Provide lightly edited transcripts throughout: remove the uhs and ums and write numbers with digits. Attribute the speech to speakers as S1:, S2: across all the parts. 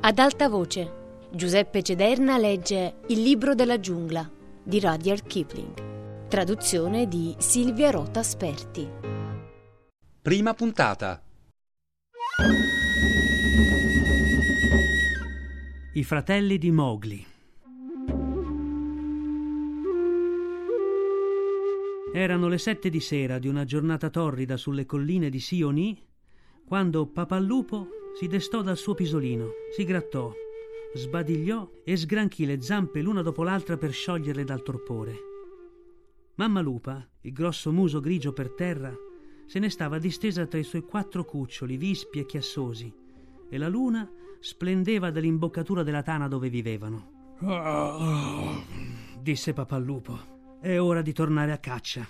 S1: Ad alta voce, Giuseppe Cederna legge Il libro della giungla di Rudyard Kipling. Traduzione di Silvia Rota Sperti.
S2: Prima puntata.
S3: I fratelli di Mowgli. Erano le 7 di sera di una giornata torrida sulle colline di Sioni quando Papallupo si destò dal suo pisolino, si grattò, sbadigliò e sgranchì le zampe l'una dopo l'altra per scioglierle dal torpore. Mamma Lupa, il grosso muso grigio per terra, se ne stava distesa tra i suoi 4 cuccioli vispi e chiassosi, e la luna splendeva dall'imboccatura della tana dove vivevano. Disse Papallupo, è ora di tornare a caccia.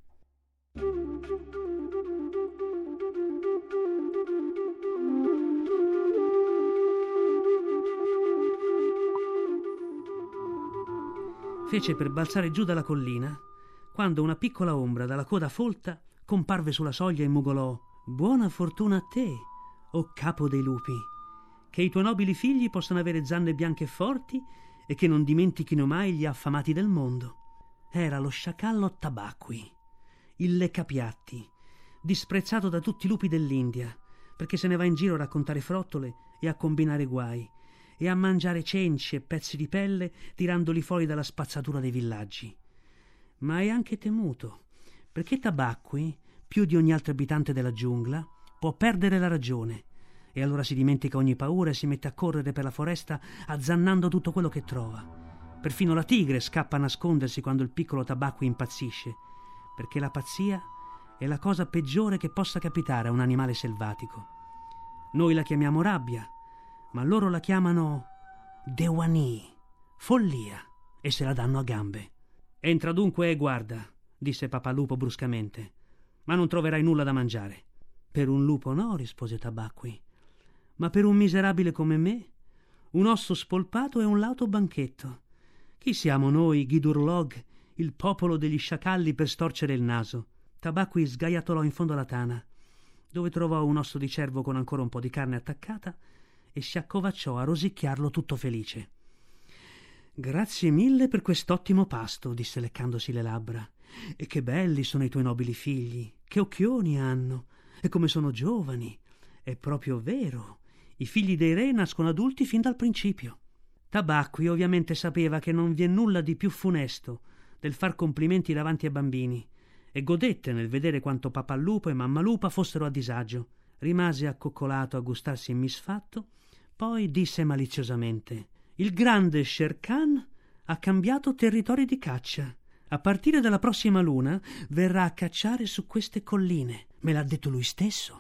S3: Fece per balzare giù dalla collina quando una piccola ombra dalla coda folta comparve sulla soglia e mugolò: buona fortuna a te, o capo dei lupi, che i tuoi nobili figli possano avere zanne bianche e forti e che non dimentichino mai gli affamati del mondo. Era lo sciacallo Tabacqui, il leccapiatti, disprezzato da tutti i lupi dell'India, perché se ne va in giro a raccontare frottole e a combinare guai e a mangiare cenci e pezzi di pelle tirandoli fuori dalla spazzatura dei villaggi. Ma è anche temuto, perché Tabacqui, più di ogni altro abitante della giungla, può perdere la ragione, e allora si dimentica ogni paura e si mette a correre per la foresta azzannando tutto quello che trova. Perfino la tigre scappa a nascondersi quando il piccolo Tabacqui impazzisce, perché la pazzia è la cosa peggiore che possa capitare a un animale selvatico. Noi la chiamiamo rabbia, ma loro la chiamano Dewani, follia, e se la danno a gambe. Entra dunque e guarda, disse Papallupo bruscamente, ma non troverai nulla da mangiare. Per un lupo no, rispose Tabacqui, ma per un miserabile come me, un osso spolpato e un lauto banchetto. Chi siamo noi, Ghidurlog, il popolo degli sciacalli, per storcere il naso? Tabacqui sgaiattolò in fondo alla tana, dove trovò un osso di cervo con ancora un po' di carne attaccata, e si accovacciò a rosicchiarlo tutto felice. Grazie mille per quest'ottimo pasto, disse leccandosi le labbra. E che belli sono i tuoi nobili figli, che occhioni hanno, e come sono giovani. È proprio vero, i figli dei re nascono adulti fin dal principio. Tabacqui ovviamente sapeva che non vi è nulla di più funesto del far complimenti davanti ai bambini, e godette nel vedere quanto Papallupo e Mamma Lupa fossero a disagio. Rimase accoccolato a gustarsi misfatto, poi disse maliziosamente: il grande Shere Khan ha cambiato territori di caccia. A partire dalla prossima luna verrà a cacciare su queste colline. Me l'ha detto lui stesso.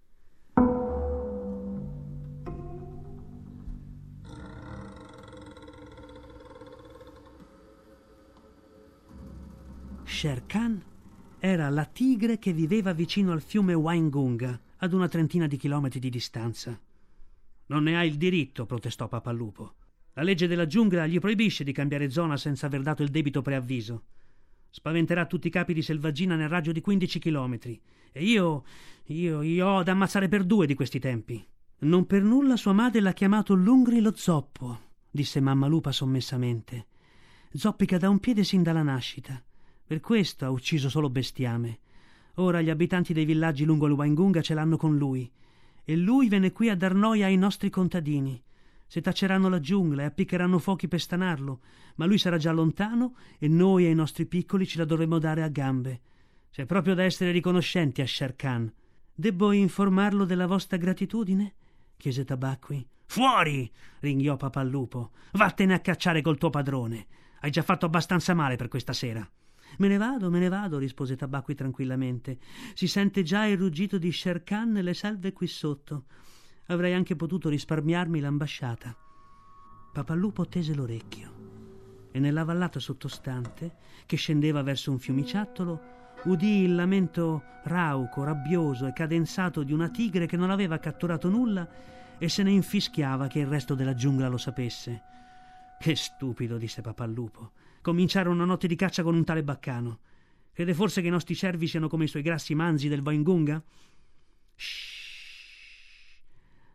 S3: Shere Khan era la tigre che viveva vicino al fiume Waingunga, ad una 30 di chilometri di distanza. Non ne ha il diritto, protestò Papallupo. La legge della giungla gli proibisce di cambiare zona senza aver dato il debito preavviso. Spaventerà tutti i capi di selvaggina nel raggio di 15 chilometri. E io ho da ammazzare per 2 di questi tempi. Non per nulla sua madre l'ha chiamato Lungri lo zoppo, disse Mamma Lupa sommessamente. Zoppica da un piede sin dalla nascita. Per questo ha ucciso solo bestiame. Ora gli abitanti dei villaggi lungo il Waingunga ce l'hanno con lui. E lui viene qui a dar noia ai nostri contadini. Se tacceranno la giungla e appiccheranno fuochi per stanarlo, ma lui sarà già lontano e noi e i nostri piccoli ce la dovremo dare a gambe. C'è proprio da essere riconoscenti a Shere Khan. Debbo informarlo della vostra gratitudine? Chiese Tabacqui. Fuori! Ringhiò Papallupo. Vattene a cacciare col tuo padrone. Hai già fatto abbastanza male per questa sera. Me ne vado, rispose Tabacqui tranquillamente. Si sente già il ruggito di Shere Khan nelle selve qui sotto. Avrei anche potuto risparmiarmi l'ambasciata. Papallupo tese l'orecchio e nella vallata sottostante, che scendeva verso un fiumiciattolo, udì il lamento rauco, rabbioso e cadenzato di una tigre che non aveva catturato nulla e se ne infischiava che il resto della giungla lo sapesse. Che stupido, disse Papallupo, cominciare una notte di caccia con un tale baccano. Crede forse che i nostri cervi siano come i suoi grassi manzi del Waingunga? Shh!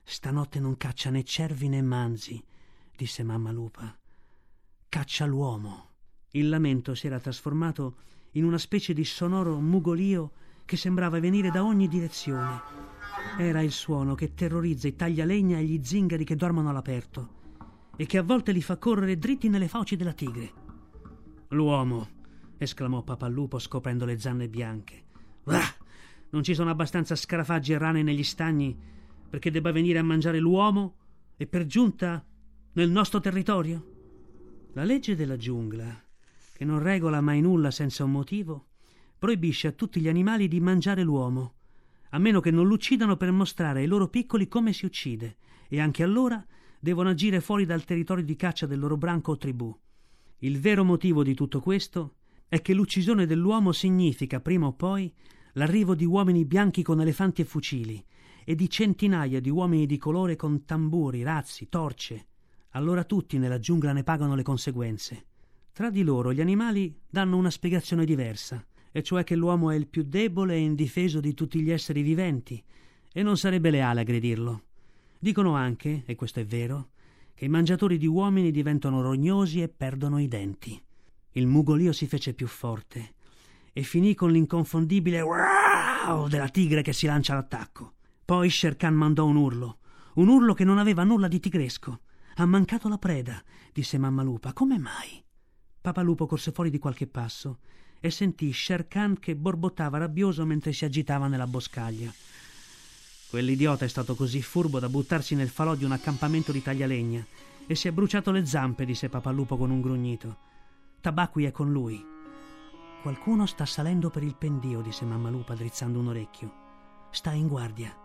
S3: Stanotte non caccia né cervi né manzi, disse mamma lupa. Caccia l'uomo. Il lamento si era trasformato in una specie di sonoro mugolio che sembrava venire da ogni direzione. Era il suono che terrorizza i taglialegna e gli zingari che dormono all'aperto e che a volte li fa correre dritti nelle fauci della tigre. L'uomo, esclamò Papallupo scoprendo le zanne bianche. Ah, non ci sono abbastanza scarafaggi e rane negli stagni perché debba venire a mangiare l'uomo e per giunta nel nostro territorio? La legge della giungla, che non regola mai nulla senza un motivo, proibisce a tutti gli animali di mangiare l'uomo, a meno che non l'uccidano per mostrare ai loro piccoli come si uccide, e anche allora devono agire fuori dal territorio di caccia del loro branco o tribù. Il vero motivo di tutto questo è che l'uccisione dell'uomo significa, prima o poi, l'arrivo di uomini bianchi con elefanti e fucili, e di centinaia di uomini di colore con tamburi, razzi, torce. Allora tutti nella giungla ne pagano le conseguenze. Tra di loro gli animali danno una spiegazione diversa, e cioè che l'uomo è il più debole e indifeso di tutti gli esseri viventi, e non sarebbe leale aggredirlo. Dicono anche, e questo è vero, che i mangiatori di uomini diventano rognosi e perdono i denti. Il mugolio si fece più forte e finì con l'inconfondibile wow della tigre che si lancia all'attacco. Poi Shere Khan mandò un urlo che non aveva nulla di tigresco. Ha mancato la preda, disse mamma lupa. Come mai? Papallupo corse fuori di qualche passo e sentì Shere Khan che borbottava rabbioso mentre si agitava nella boscaglia. Quell'idiota è stato così furbo da buttarsi nel falò di un accampamento di taglialegna e si è bruciato le zampe, disse Papallupo con un grugnito. Tabacqui è con lui. Qualcuno sta salendo per il pendio, disse mamma lupa drizzando un orecchio. Sta in guardia.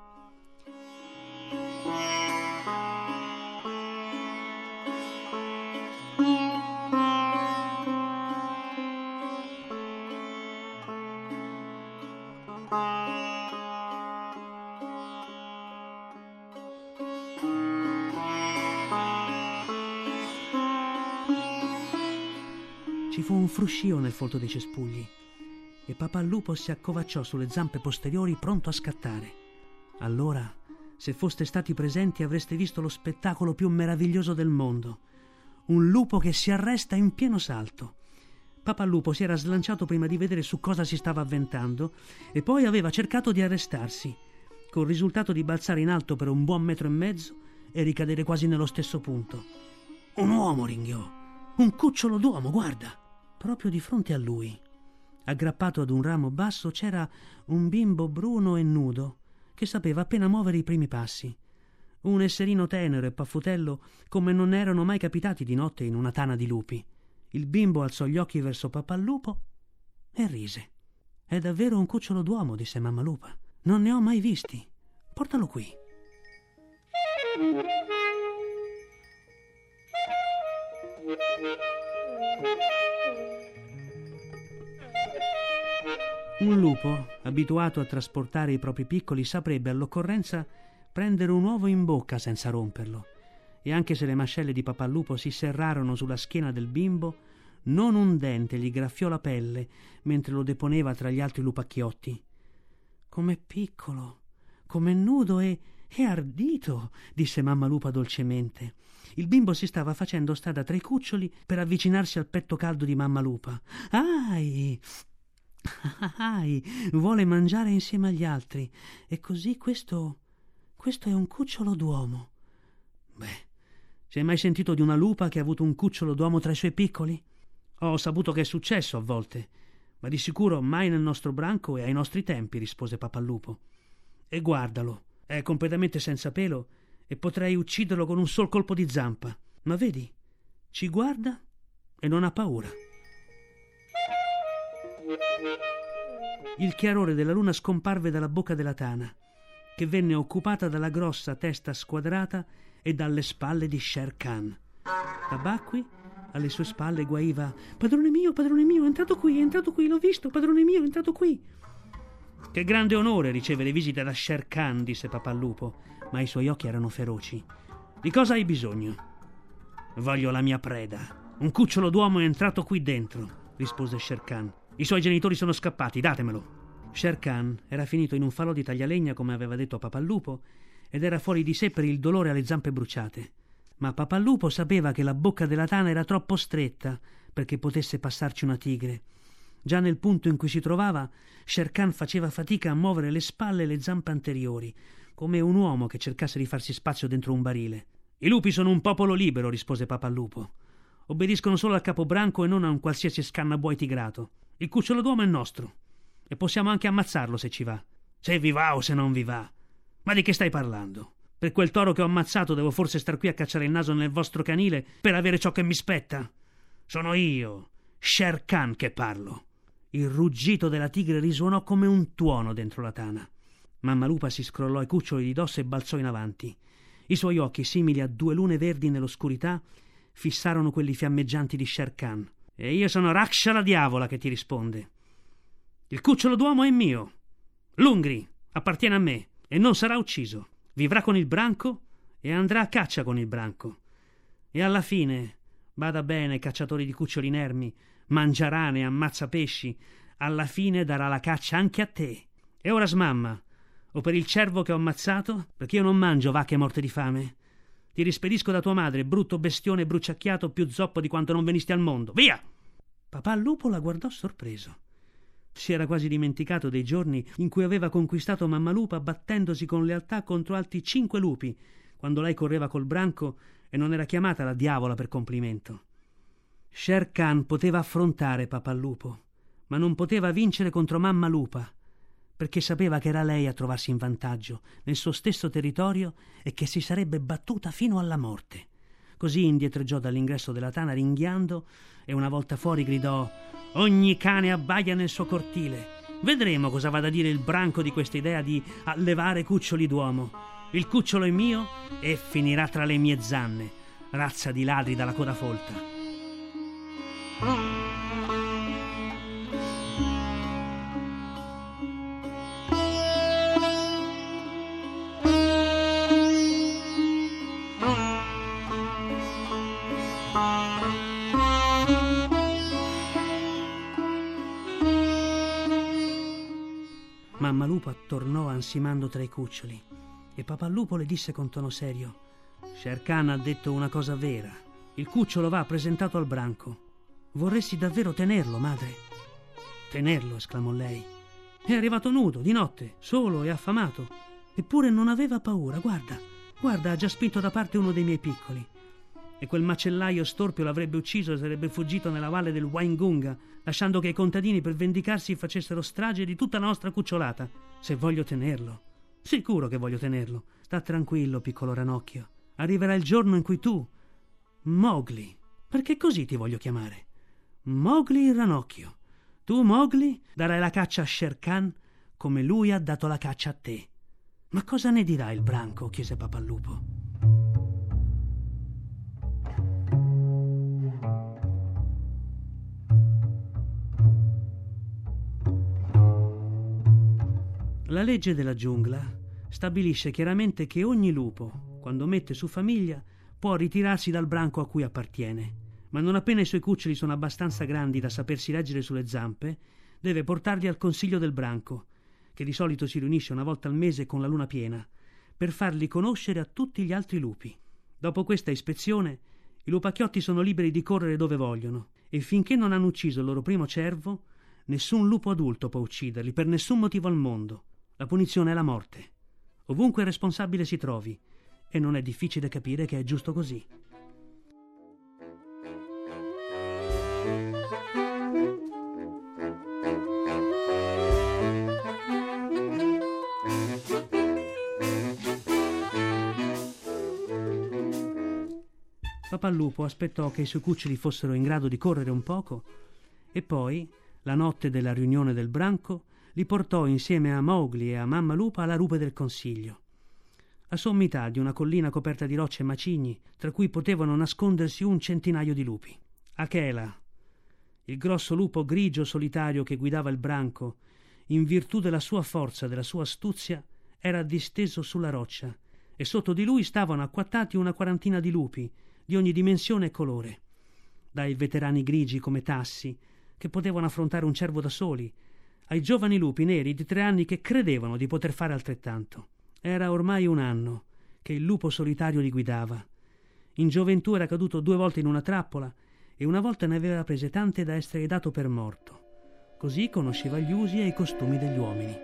S3: Ci fu un fruscio nel folto dei cespugli e Papallupo si accovacciò sulle zampe posteriori pronto a scattare. Allora, se foste stati presenti, avreste visto lo spettacolo più meraviglioso del mondo. Un lupo che si arresta in pieno salto. Papallupo si era slanciato prima di vedere su cosa si stava avventando e poi aveva cercato di arrestarsi, col risultato di balzare in alto per un buon 1,5 metri e ricadere quasi nello stesso punto. Un uomo, ringhiò. Un cucciolo d'uomo, guarda! Proprio di fronte a lui, aggrappato ad un ramo basso, c'era un bimbo bruno e nudo che sapeva appena muovere i primi passi. Un esserino tenero e paffutello come non erano mai capitati di notte in una tana di lupi. Il bimbo alzò gli occhi verso Papallupo e rise. È davvero un cucciolo d'uomo, disse mamma lupa. Non ne ho mai visti. Portalo qui. Un lupo, abituato a trasportare i propri piccoli, saprebbe all'occorrenza prendere un uovo in bocca senza romperlo, e anche se le mascelle di Papallupo si serrarono sulla schiena del bimbo, non un dente gli graffiò la pelle mentre lo deponeva tra gli altri lupacchiotti. Com'è piccolo, com'è nudo e ardito, disse mamma lupa dolcemente. Il bimbo si stava facendo strada tra i cuccioli per avvicinarsi al petto caldo di mamma lupa. Ai! Vuole mangiare insieme agli altri. E così questo è un cucciolo d'uomo. Beh, si è mai sentito di una lupa che ha avuto un cucciolo d'uomo tra i suoi piccoli? Ho saputo che è successo a volte, ma di sicuro mai nel nostro branco e ai nostri tempi, rispose Papallupo. E guardalo, è completamente senza pelo e potrei ucciderlo con un sol colpo di zampa. Ma vedi, ci guarda e non ha paura. Il chiarore della luna scomparve dalla bocca della tana, che venne occupata dalla grossa testa squadrata e dalle spalle di Shere Khan. Tabacqui, alle sue spalle, guaiva: padrone mio, è entrato qui, l'ho visto, padrone mio, è entrato qui. Che grande onore ricevere visita da Shere Khan, disse Papallupo, ma i suoi occhi erano feroci. Di cosa hai bisogno? Voglio la mia preda. Un cucciolo d'uomo è entrato qui dentro, rispose Shere Khan. I suoi genitori sono scappati, datemelo. Shere Khan era finito in un falò di taglialegna, come aveva detto a Papallupo, ed era fuori di sé per il dolore alle zampe bruciate. Ma Papallupo sapeva che la bocca della tana era troppo stretta perché potesse passarci una tigre. Già nel punto in cui si trovava, Shere Khan faceva fatica a muovere le spalle e le zampe anteriori, come un uomo che cercasse di farsi spazio dentro un barile. «I lupi sono un popolo libero», rispose Papallupo. «Obbediscono solo al capobranco e non a un qualsiasi scannabuoi tigrato. Il cucciolo d'uomo è nostro e possiamo anche ammazzarlo se ci va. Se vi va o se non vi va. Ma di che stai parlando? Per quel toro che ho ammazzato devo forse star qui a cacciare il naso nel vostro canile per avere ciò che mi spetta? Sono io, Shere Khan, che parlo». Il ruggito della tigre risuonò come un tuono dentro la tana. Mammalupa si scrollò i cuccioli di dosso e balzò in avanti. I suoi occhi, simili a due lune verdi nell'oscurità, fissarono quelli fiammeggianti di Shere Khan. «E io sono Raksha la diavola che ti risponde. Il cucciolo d'uomo è mio. L'Ungri appartiene a me e non sarà ucciso. Vivrà con il branco e andrà a caccia con il branco. E alla fine, bada bene, cacciatori di cuccioli inermi, mangiarane e ammazza pesci, alla fine darà la caccia anche a te. E ora smamma, o per il cervo che ho ammazzato, perché io non mangio vacche morte di fame. Ti rispedisco da tua madre, brutto bestione bruciacchiato, più zoppo di quanto non venisti al mondo. Via!» Papà Lupo la guardò sorpreso. Si era quasi dimenticato dei giorni in cui aveva conquistato Mammalupa battendosi con lealtà contro altri 5 lupi, quando lei correva col branco e non era chiamata la diavola per complimento. Shere Khan poteva affrontare Papallupo, ma non poteva vincere contro Mammalupa, perché sapeva che era lei a trovarsi in vantaggio nel suo stesso territorio e che si sarebbe battuta fino alla morte. Così indietreggiò dall'ingresso della tana ringhiando e una volta fuori gridò: «Ogni cane abbaia nel suo cortile. Vedremo cosa vada a dire il branco di questa idea di allevare cuccioli d'uomo. Il cucciolo è mio e finirà tra le mie zanne, razza di ladri dalla coda folta». Mammalupa tornò ansimando tra i cuccioli e Papallupo le disse con tono serio: «Shere Khan ha detto una cosa vera. Il cucciolo va presentato al branco. Vorresti davvero tenerlo, madre?» «Tenerlo?» esclamò lei. «È arrivato nudo, di notte, solo e affamato. Eppure non aveva paura. Guarda, ha già spinto da parte uno dei miei piccoli. E quel macellaio storpio l'avrebbe ucciso e sarebbe fuggito nella valle del Waingunga, lasciando che i contadini per vendicarsi facessero strage di tutta la nostra cucciolata. Se voglio tenerlo, sicuro che voglio tenerlo. Sta tranquillo, piccolo ranocchio. Arriverà il giorno in cui tu, Mowgli, perché così ti voglio chiamare, Mowgli il ranocchio, tu, Mowgli, darai la caccia a Shere Khan come lui ha dato la caccia a te». «Ma cosa ne dirà il branco?» chiese Papallupo. La legge della giungla stabilisce chiaramente che ogni lupo, quando mette su famiglia, può ritirarsi dal branco a cui appartiene, ma non appena i suoi cuccioli sono abbastanza grandi da sapersi reggere sulle zampe, deve portarli al consiglio del branco, che di solito si riunisce una volta al mese con la luna piena, per farli conoscere a tutti gli altri lupi. Dopo questa ispezione, i lupacchiotti sono liberi di correre dove vogliono, e finché non hanno ucciso il loro primo cervo, nessun lupo adulto può ucciderli per nessun motivo al mondo. La punizione è la morte, ovunque il responsabile si trovi, e non è difficile capire che è giusto così. Papallupo aspettò che i suoi cuccioli fossero in grado di correre un poco e poi, la notte della riunione del branco, li portò insieme a Mowgli e a Mammalupa alla rupe del consiglio. A sommità di una collina coperta di rocce e macigni, tra cui potevano nascondersi 100 di lupi. Akela, il grosso lupo grigio solitario che guidava il branco, in virtù della sua forza e della sua astuzia, era disteso sulla roccia, e sotto di lui stavano acquattati una 40 di lupi, di ogni dimensione e colore, dai veterani grigi come Tassi, che potevano affrontare un cervo da soli, ai giovani lupi neri di 3 anni che credevano di poter fare altrettanto. Era ormai 1 anno che il lupo solitario li guidava. In gioventù era caduto 2 volte in una trappola e una volta ne aveva prese tante da essere dato per morto. Così conosceva gli usi e i costumi degli uomini.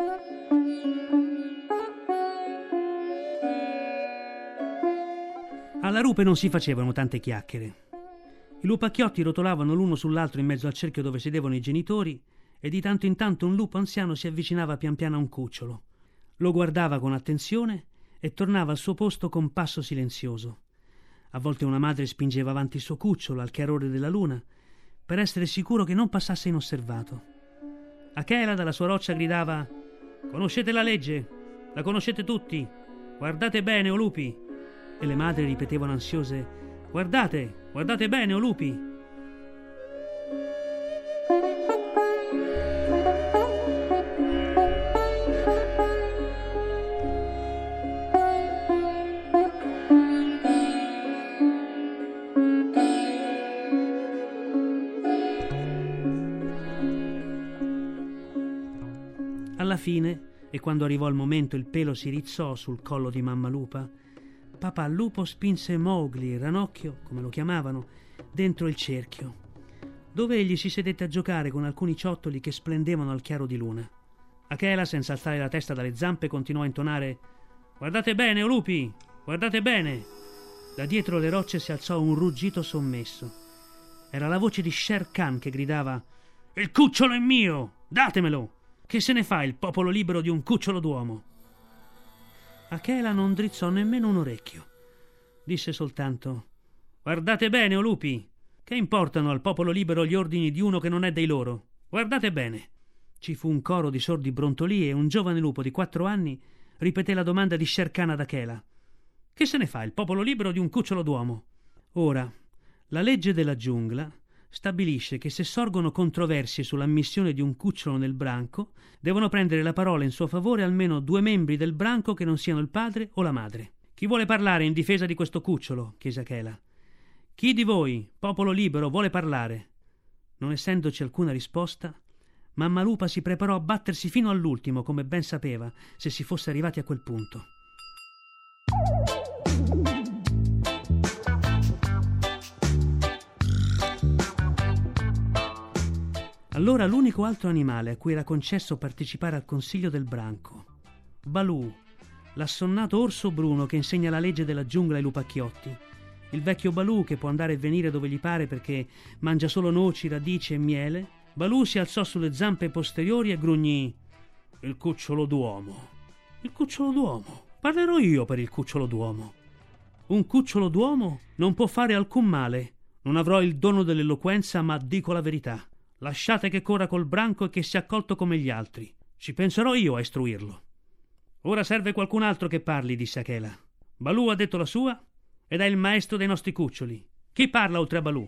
S3: Alla rupe non si facevano tante chiacchiere. I lupacchiotti rotolavano l'uno sull'altro in mezzo al cerchio dove sedevano i genitori e di tanto in tanto un lupo anziano si avvicinava pian piano a un cucciolo. Lo guardava con attenzione e tornava al suo posto con passo silenzioso. A volte una madre spingeva avanti il suo cucciolo al chiarore della luna per essere sicuro che non passasse inosservato. Achela dalla sua roccia gridava: «Conoscete la legge? La conoscete tutti? Guardate bene, o lupi!» E le madri ripetevano ansiose: «Guardate, guardate bene, o lupi!» Alla fine, e quando arrivò il momento il pelo si rizzò sul collo di mamma lupa, papà lupo spinse Mowgli, Ranocchio, come lo chiamavano, dentro il cerchio, dove egli si sedette a giocare con alcuni ciottoli che splendevano al chiaro di luna. Achela, senza alzare la testa dalle zampe, continuò a intonare: «Guardate bene, o lupi! Guardate bene!» Da dietro le rocce si alzò un ruggito sommesso. Era la voce di Shere Khan che gridava: «Il cucciolo è mio! Datemelo! Che se ne fa il popolo libero di un cucciolo d'uomo?» Achela non drizzò nemmeno un orecchio. Disse soltanto: «Guardate bene, o lupi! Che importano al popolo libero gli ordini di uno che non è dei loro? Guardate bene!» Ci fu un coro di sordi brontolii e un giovane lupo di 4 anni ripeté la domanda di Shere Khan ad Achela: «Che se ne fa il popolo libero di un cucciolo d'uomo?» Ora, la legge della giungla stabilisce che se sorgono controversie sull'ammissione di un cucciolo nel branco, devono prendere la parola in suo favore almeno 2 membri del branco che non siano il padre o la madre. «Chi vuole parlare in difesa di questo cucciolo?» chiese Achela. «Chi di voi, popolo libero, vuole parlare?» Non essendoci alcuna risposta, mamma lupa si preparò a battersi fino all'ultimo, come ben sapeva, se si fosse arrivati a quel punto. Allora l'unico altro animale a cui era concesso partecipare al consiglio del branco, Balù, l'assonnato orso bruno che insegna la legge della giungla ai lupacchiotti, il vecchio Balù che può andare e venire dove gli pare perché mangia solo noci, radici e miele, Balù si alzò sulle zampe posteriori e grugnì: «Il cucciolo d'uomo! Il cucciolo d'uomo! Parlerò io per il cucciolo d'uomo! Un cucciolo d'uomo non può fare alcun male. Non avrò il dono dell'eloquenza, ma dico la verità. Lasciate che corra col branco e che sia accolto come gli altri. Ci penserò io a istruirlo». «Ora serve qualcun altro che parli», disse Achela. «Balù ha detto la sua ed è il maestro dei nostri cuccioli. Chi parla oltre a Balù?»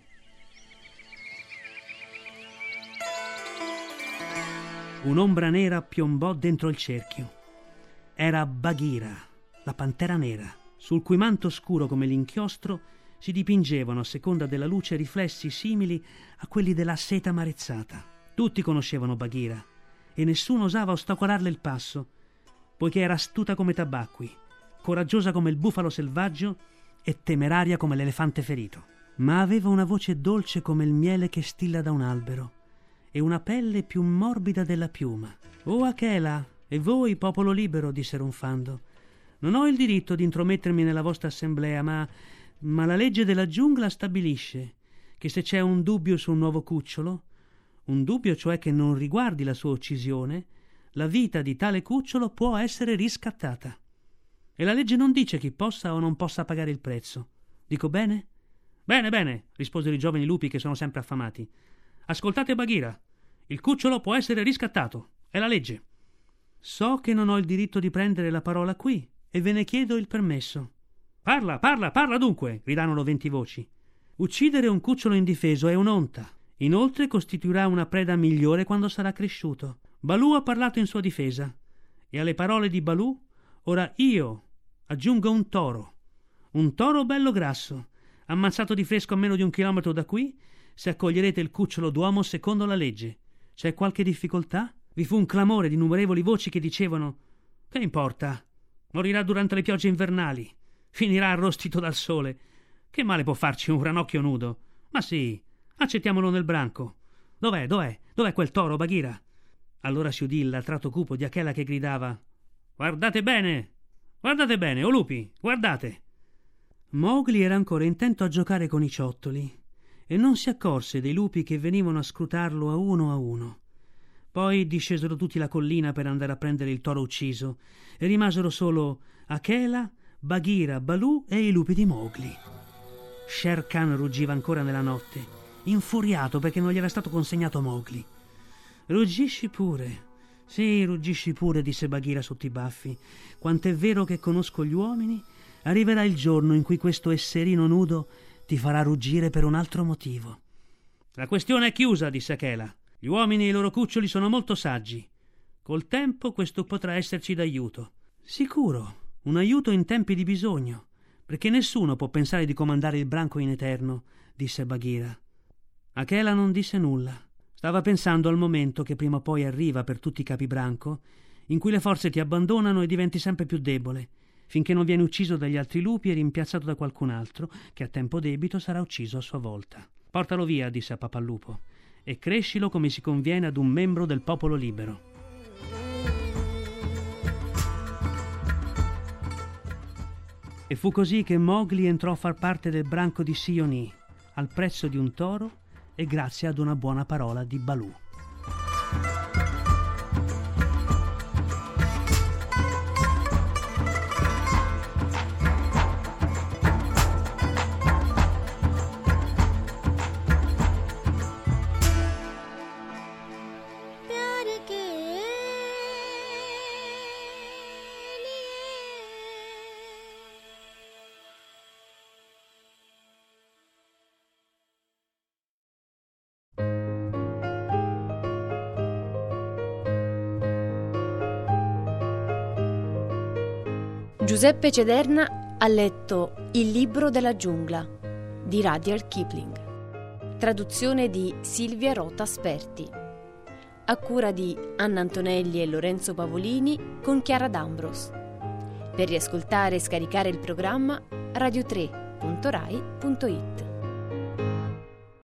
S3: Un'ombra nera piombò dentro il cerchio. Era Bagheera, la pantera nera, sul cui manto scuro come l'inchiostro si dipingevano a seconda della luce riflessi simili a quelli della seta marezzata. Tutti conoscevano Bagheera e nessuno osava ostacolarle il passo, poiché era astuta come Tabacqui, coraggiosa come il bufalo selvaggio e temeraria come l'elefante ferito. Ma aveva una voce dolce come il miele che stilla da un albero e una pelle più morbida della piuma. «Oh Achela, e voi, popolo libero», disse ronfando, «non ho il diritto di intromettermi nella vostra assemblea, ma la legge della giungla stabilisce che se c'è un dubbio su un nuovo cucciolo, un dubbio cioè che non riguardi la sua uccisione, la vita di tale cucciolo può essere riscattata. E la legge non dice chi possa o non possa pagare il prezzo. Dico bene?» «Bene, bene», risposero i giovani lupi che sono sempre affamati. «Ascoltate Bagheera. Il cucciolo può essere riscattato. È la legge». «So che non ho il diritto di prendere la parola qui e ve ne chiedo il permesso». «Parla, parla, parla dunque», gridarono 20 voci. «Uccidere un cucciolo indifeso è un'onta. Inoltre costituirà una preda migliore quando sarà cresciuto. Balù ha parlato in sua difesa e alle parole di Balù ora io aggiungo un toro bello grasso, ammazzato di fresco a meno di 1 chilometro da qui, se accoglierete il cucciolo d'uomo secondo la legge. C'è qualche difficoltà?» Vi fu un clamore di innumerevoli voci che dicevano: «Che importa? Morirà durante le piogge invernali. Finirà arrostito dal sole. Che male può farci un ranocchio nudo? Ma sì, accettiamolo nel branco. Dov'è quel toro, Bagheera? Allora si udì il latrato cupo di Akela che gridava: Guardate bene, o lupi, guardate! Mowgli era ancora intento a giocare con i ciottoli e non si accorse dei lupi che venivano a scrutarlo a uno. Poi discesero tutti la collina per andare a prendere il toro ucciso e rimasero solo Akela, Bagheera, Baloo e i lupi di Mowgli. Shere Khan ruggiva ancora nella notte, infuriato perché non gli era stato consegnato Mowgli. Ruggisci pure, sì, ruggisci pure, disse Bagheera sotto i baffi. Quant'è vero che conosco gli uomini, arriverà il giorno in cui questo esserino nudo ti farà ruggire per un altro motivo. La questione è chiusa, disse Akela. Gli uomini e i loro cuccioli sono molto saggi. Col tempo questo potrà esserci d'aiuto. Sicuro, un aiuto in tempi di bisogno, perché nessuno può pensare di comandare il branco in eterno, disse Bagheera. Akela non disse nulla. Stava pensando al momento che prima o poi arriva per tutti i capibranco, in cui le forze ti abbandonano e diventi sempre più debole, finché non vieni ucciso dagli altri lupi e rimpiazzato da qualcun altro, che a tempo debito sarà ucciso a sua volta. Portalo via, disse a Papallupo, e crescilo come si conviene ad un membro del popolo libero. E fu così che Mowgli entrò a far parte del branco di Seeonee, al prezzo di un toro e grazie ad una buona parola di Baloo.
S1: Giuseppe Cederna ha letto Il libro della giungla di Rudyard Kipling, traduzione di Silvia Rota Sperti, a cura di Anna Antonelli e Lorenzo Pavolini con Chiara D'Ambros. Per riascoltare e scaricare il programma radio3.rai.it.